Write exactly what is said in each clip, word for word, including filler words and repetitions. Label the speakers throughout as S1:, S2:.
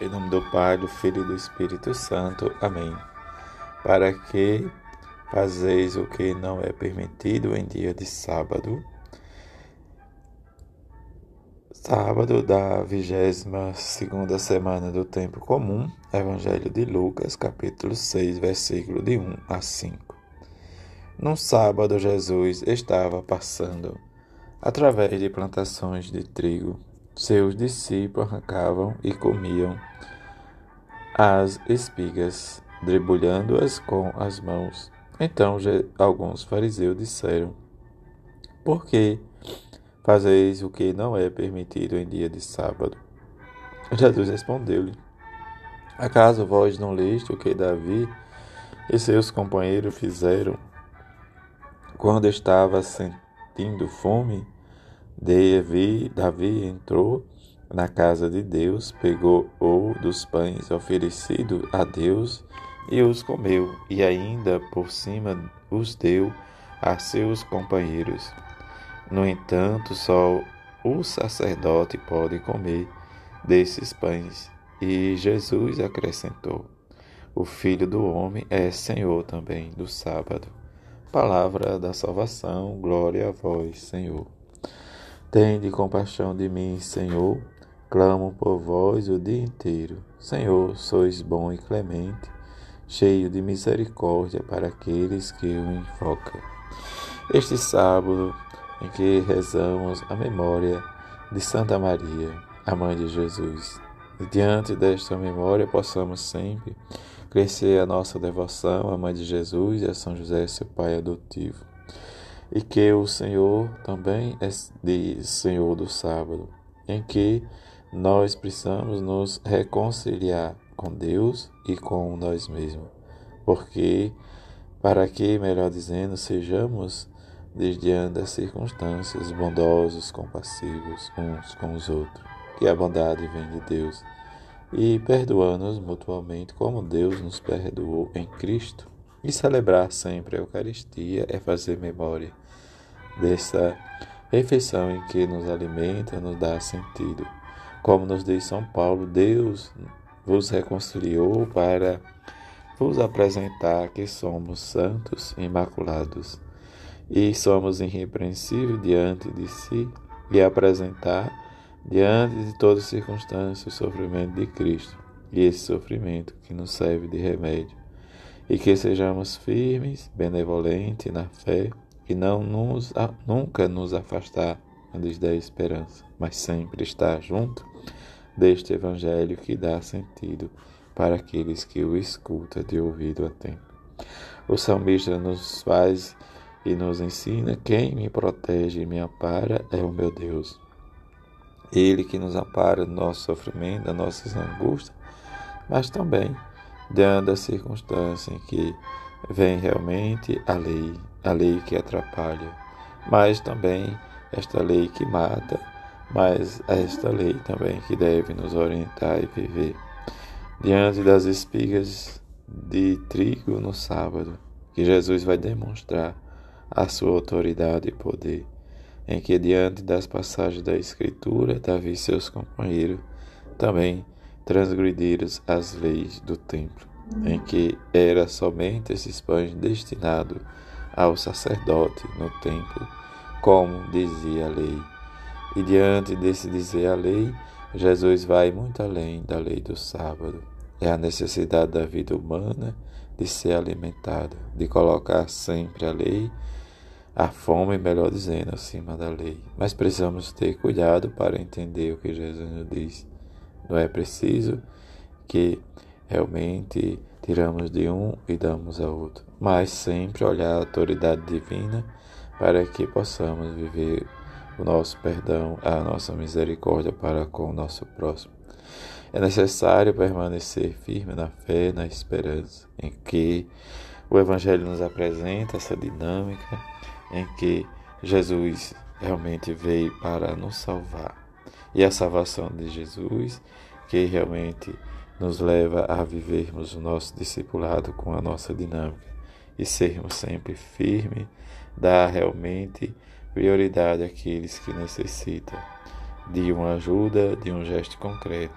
S1: Em nome do Pai, do Filho e do Espírito Santo. Amém. Para que fazeis o que não é permitido em dia de sábado? Sábado da vigésima segunda semana do tempo comum, Evangelho de Lucas, capítulo seis, versículo de um a cinco. Num sábado, Jesus estava passando através de plantações de trigo. Seus discípulos arrancavam e comiam as espigas, debulhando-as com as mãos. Então alguns fariseus disseram: Por que fazeis o que não é permitido em dia de sábado? Jesus respondeu-lhe: Acaso vós não leste o que Davi e seus companheiros fizeram quando estava sentindo fome? Davi, Davi entrou na casa de Deus, pegou o dos pães oferecido a Deus e os comeu, e ainda por cima os deu a seus companheiros. No entanto, só o sacerdote pode comer desses pães. E Jesus acrescentou: O Filho do Homem é Senhor também do sábado. Palavra da salvação, glória a vós, Senhor. Tende compaixão de mim, Senhor. Clamo por vós o dia inteiro. Senhor, sois bom e clemente, cheio de misericórdia para aqueles que o invocam. Este sábado em que rezamos a memória de Santa Maria, a Mãe de Jesus. E diante desta memória possamos sempre crescer a nossa devoção à Mãe de Jesus e a São José, seu Pai adotivo. E que o Senhor também é de Senhor do sábado, em que nós precisamos nos reconciliar com Deus e com nós mesmos. Porque, para que, melhor dizendo, sejamos, diante das circunstâncias, bondosos, compassivos uns com os outros, que a bondade vem de Deus, e perdoando-nos mutuamente como Deus nos perdoou em Cristo. E celebrar sempre a Eucaristia é fazer memória dessa refeição em que nos alimenta, nos dá sentido. Como nos diz São Paulo, Deus vos reconciliou para vos apresentar que somos santos, imaculados, e somos irrepreensíveis diante de si, e apresentar diante de todas as circunstâncias o sofrimento de Cristo, e esse sofrimento que nos serve de remédio, e que sejamos firmes, benevolentes na fé, e não nos, nunca nos afastar da esperança, mas sempre estar junto deste Evangelho que dá sentido para aqueles que o escutam de ouvido atento. O salmista nos faz e nos ensina: quem me protege e me ampara é o meu Deus. Ele que nos ampara do nosso sofrimento, das nossas angústias, mas também diante da circunstância em que vem realmente a lei, a lei que atrapalha, mas também esta lei que mata, mas esta lei também que deve nos orientar e viver. Diante das espigas de trigo no sábado, que Jesus vai demonstrar a sua autoridade e poder, em que diante das passagens da Escritura, Davi e seus companheiros também transgrediram as leis do templo, em que era somente esses pães destinados ao sacerdote no templo, como dizia a lei. E diante desse dizer a lei, Jesus vai muito além da lei do sábado. É a necessidade da vida humana de ser alimentada, de colocar sempre a lei, a fome, melhor dizendo, acima da lei. Mas precisamos ter cuidado para entender o que Jesus nos diz. Não é preciso que realmente tiramos de um e damos ao outro, mas sempre olhar a autoridade divina para que possamos viver o nosso perdão, a nossa misericórdia para com o nosso próximo. É necessário permanecer firme na fé, na esperança, em que o Evangelho nos apresenta essa dinâmica em que Jesus realmente veio para nos salvar. E a salvação de Jesus que realmente nos leva a vivermos o nosso discipulado com a nossa dinâmica e sermos sempre firmes, dar realmente prioridade àqueles que necessitam de uma ajuda, de um gesto concreto,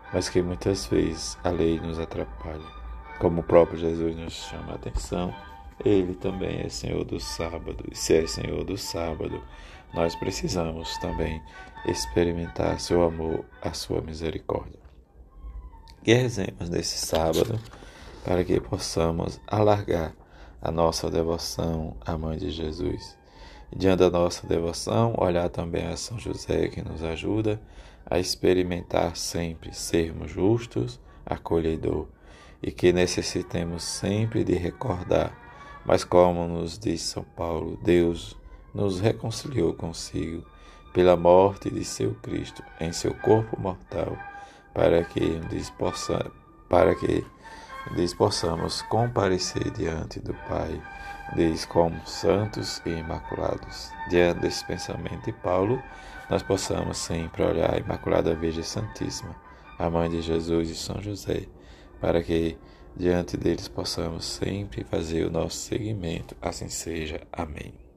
S1: mas que muitas vezes a lei nos atrapalha. Como o próprio Jesus nos chama a atenção, Ele também é Senhor do sábado, e se é Senhor do sábado, nós precisamos também experimentar seu amor, a sua misericórdia. Que rezemos nesse sábado para que possamos alargar a nossa devoção à Mãe de Jesus. E diante da nossa devoção, olhar também a São José, que nos ajuda a experimentar sempre sermos justos, acolhedor, e que necessitemos sempre de recordar, mas como nos diz São Paulo, Deus nos reconciliou consigo pela morte de seu Cristo em seu corpo mortal, para que, diz, possa, para que diz, possamos comparecer diante do Pai, diz, como santos e imaculados. Diante desse pensamento de Paulo, nós possamos sempre olhar a Imaculada Virgem Santíssima, a Mãe de Jesus e São José, para que diante deles possamos sempre fazer o nosso seguimento. Assim seja. Amém.